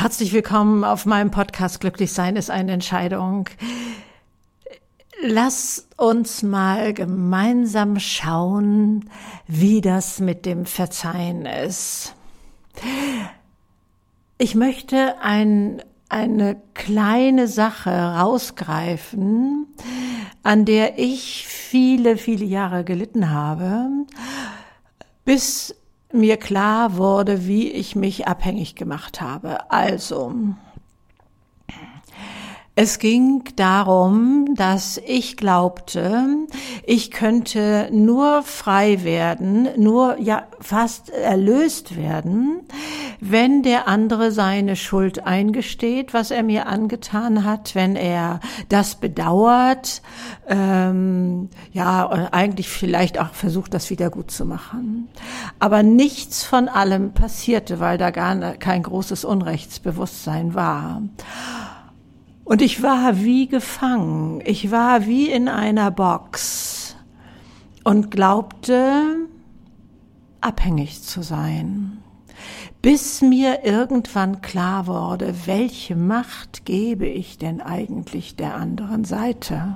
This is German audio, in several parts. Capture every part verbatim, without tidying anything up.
Herzlich willkommen auf meinem Podcast Glücklich sein ist eine Entscheidung. Lass uns mal gemeinsam schauen, wie das mit dem Verzeihen ist. Ich möchte ein, eine kleine Sache rausgreifen, an der ich viele, viele Jahre gelitten habe, bis mir klar wurde, wie ich mich abhängig gemacht habe. Also, es ging darum, dass ich glaubte, ich könnte nur frei werden, nur ja fast erlöst werden, wenn der andere seine Schuld eingesteht, was er mir angetan hat, wenn er das bedauert, ähm, ja eigentlich vielleicht auch versucht, das wieder gut zu machen. Aber nichts von allem passierte, weil da gar kein großes Unrechtsbewusstsein war. Und ich war wie gefangen, ich war wie in einer Box und glaubte, abhängig zu sein, bis mir irgendwann klar wurde, welche Macht gebe ich denn eigentlich der anderen Seite?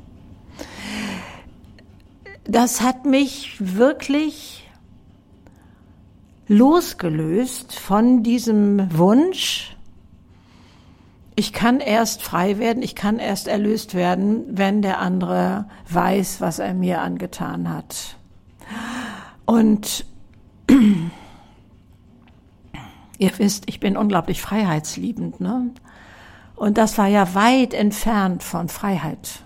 Das hat mich wirklich losgelöst von diesem Wunsch, ich kann erst frei werden, ich kann erst erlöst werden, wenn der andere weiß, was er mir angetan hat. Und ihr wisst, ich bin unglaublich freiheitsliebend, ne? Und das war ja weit entfernt von Freiheit.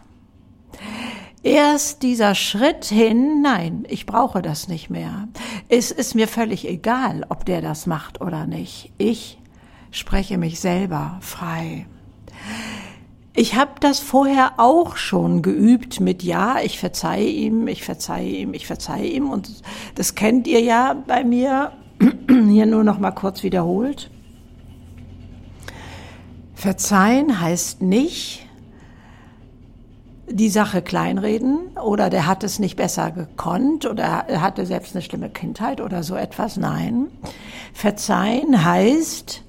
Erst dieser Schritt hin, nein, ich brauche das nicht mehr. Es ist mir völlig egal, ob der das macht oder nicht. Ich spreche mich selber frei. Ich habe das vorher auch schon geübt mit ja, ich verzeihe ihm, ich verzeihe ihm, ich verzeihe ihm. Und das kennt ihr ja bei mir, hier nur noch mal kurz wiederholt. Verzeihen heißt nicht, die Sache kleinreden oder der hat es nicht besser gekonnt oder er hatte selbst eine schlimme Kindheit oder so etwas. Nein, verzeihen heißt,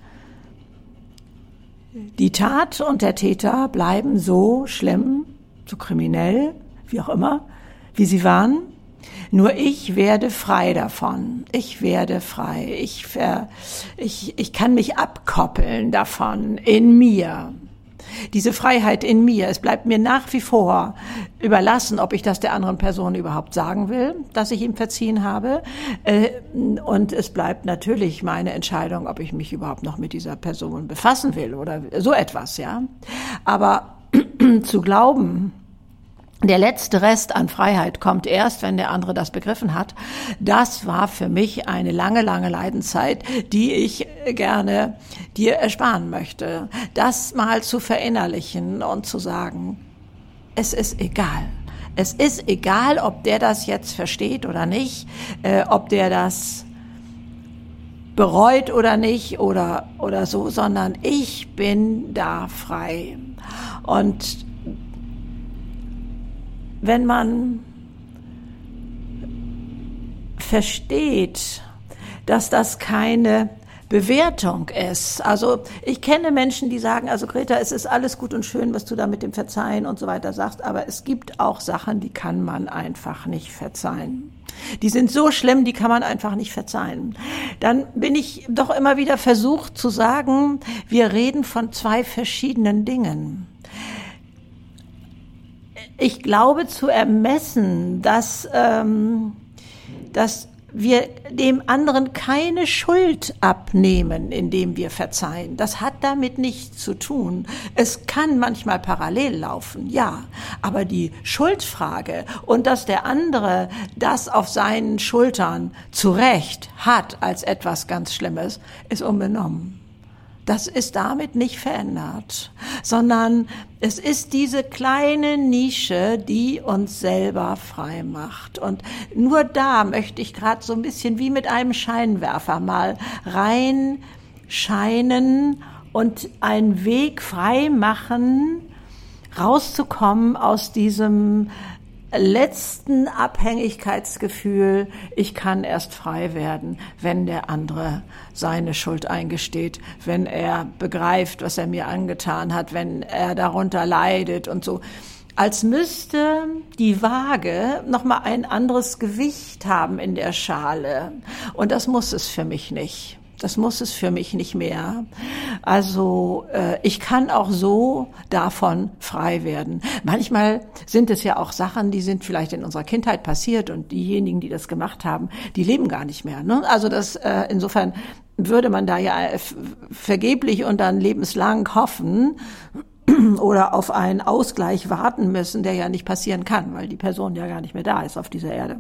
die Tat und der Täter bleiben so schlimm, so kriminell, wie auch immer, wie sie waren. Nur ich werde frei davon. Ich werde frei. Ich, ver, ich, ich kann mich abkoppeln davon in mir. Diese Freiheit in mir, es bleibt mir nach wie vor überlassen, ob ich das der anderen Person überhaupt sagen will, dass ich ihm verziehen habe. Und es bleibt natürlich meine Entscheidung, ob ich mich überhaupt noch mit dieser Person befassen will oder so etwas, ja. Aber zu glauben, der letzte Rest an Freiheit kommt erst, wenn der andere das begriffen hat. Das war für mich eine lange, lange Leidenszeit, die ich gerne dir ersparen möchte. Das mal zu verinnerlichen und zu sagen, es ist egal. Es ist egal, ob der das jetzt versteht oder nicht, äh, ob der das bereut oder nicht oder, oder so, sondern ich bin da frei. Und wenn man versteht, dass das keine Bewertung ist. Also ich kenne Menschen, die sagen, also Greta, es ist alles gut und schön, was du da mit dem Verzeihen und so weiter sagst, aber es gibt auch Sachen, die kann man einfach nicht verzeihen. Die sind so schlimm, die kann man einfach nicht verzeihen. Dann bin ich doch immer wieder versucht zu sagen, wir reden von zwei verschiedenen Dingen. Ich glaube zu ermessen, dass, ähm, dass wir dem anderen keine Schuld abnehmen, indem wir verzeihen. Das hat damit nichts zu tun. Es kann manchmal parallel laufen, ja. Aber die Schuldfrage und dass der andere das auf seinen Schultern zu Recht hat als etwas ganz Schlimmes, ist unbenommen. Das ist damit nicht verändert, sondern es ist diese kleine Nische, die uns selber frei macht. Und nur da möchte ich gerade so ein bisschen wie mit einem Scheinwerfer mal reinscheinen und einen Weg frei machen, rauszukommen aus diesem letzten Abhängigkeitsgefühl, ich kann erst frei werden, wenn der andere seine Schuld eingesteht, wenn er begreift, was er mir angetan hat, wenn er darunter leidet und so. Als müsste die Waage nochmal ein anderes Gewicht haben in der Schale. Und das muss es für mich nicht. Das muss es für mich nicht mehr. Also äh, ich kann auch so davon frei werden. Manchmal sind es ja auch Sachen, die sind vielleicht in unserer Kindheit passiert und diejenigen, die das gemacht haben, die leben gar nicht mehr. Ne? Also das äh, insofern würde man da ja f- vergeblich und dann lebenslang hoffen oder auf einen Ausgleich warten müssen, der ja nicht passieren kann, weil die Person ja gar nicht mehr da ist auf dieser Erde.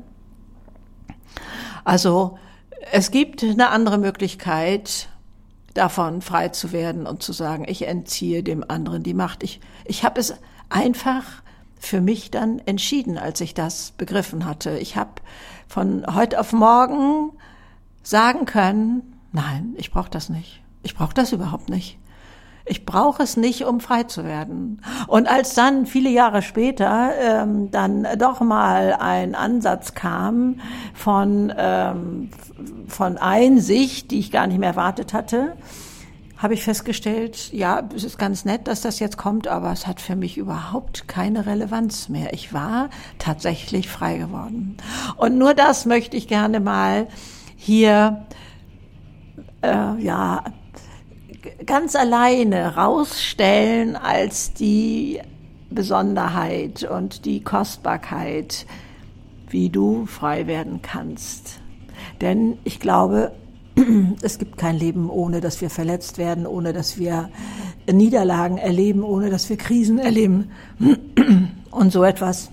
Also es gibt eine andere Möglichkeit, davon frei zu werden und zu sagen, ich entziehe dem anderen die Macht. Ich, ich habe es einfach für mich dann entschieden, als ich das begriffen hatte. Ich habe von heute auf morgen sagen können, nein, ich brauche das nicht. Ich brauche das überhaupt nicht. Ich brauche es nicht, um frei zu werden. Und als dann viele Jahre später ähm, dann doch mal ein Ansatz kam von ähm, von Einsicht, die ich gar nicht mehr erwartet hatte, habe ich festgestellt, ja, es ist ganz nett, dass das jetzt kommt, aber es hat für mich überhaupt keine Relevanz mehr. Ich war tatsächlich frei geworden. Und nur das möchte ich gerne mal hier äh, ja ganz alleine rausstellen als die Besonderheit und die Kostbarkeit, wie du frei werden kannst. Denn ich glaube, es gibt kein Leben, ohne dass wir verletzt werden, ohne dass wir Niederlagen erleben, ohne dass wir Krisen erleben und so etwas.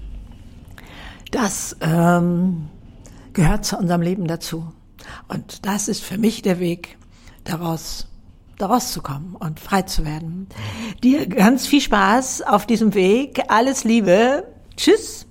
Das ähm, gehört zu unserem Leben dazu. Und das ist für mich der Weg, daraus daraus zu kommen und frei zu werden. Dir ganz viel Spaß auf diesem Weg. Alles Liebe. Tschüss.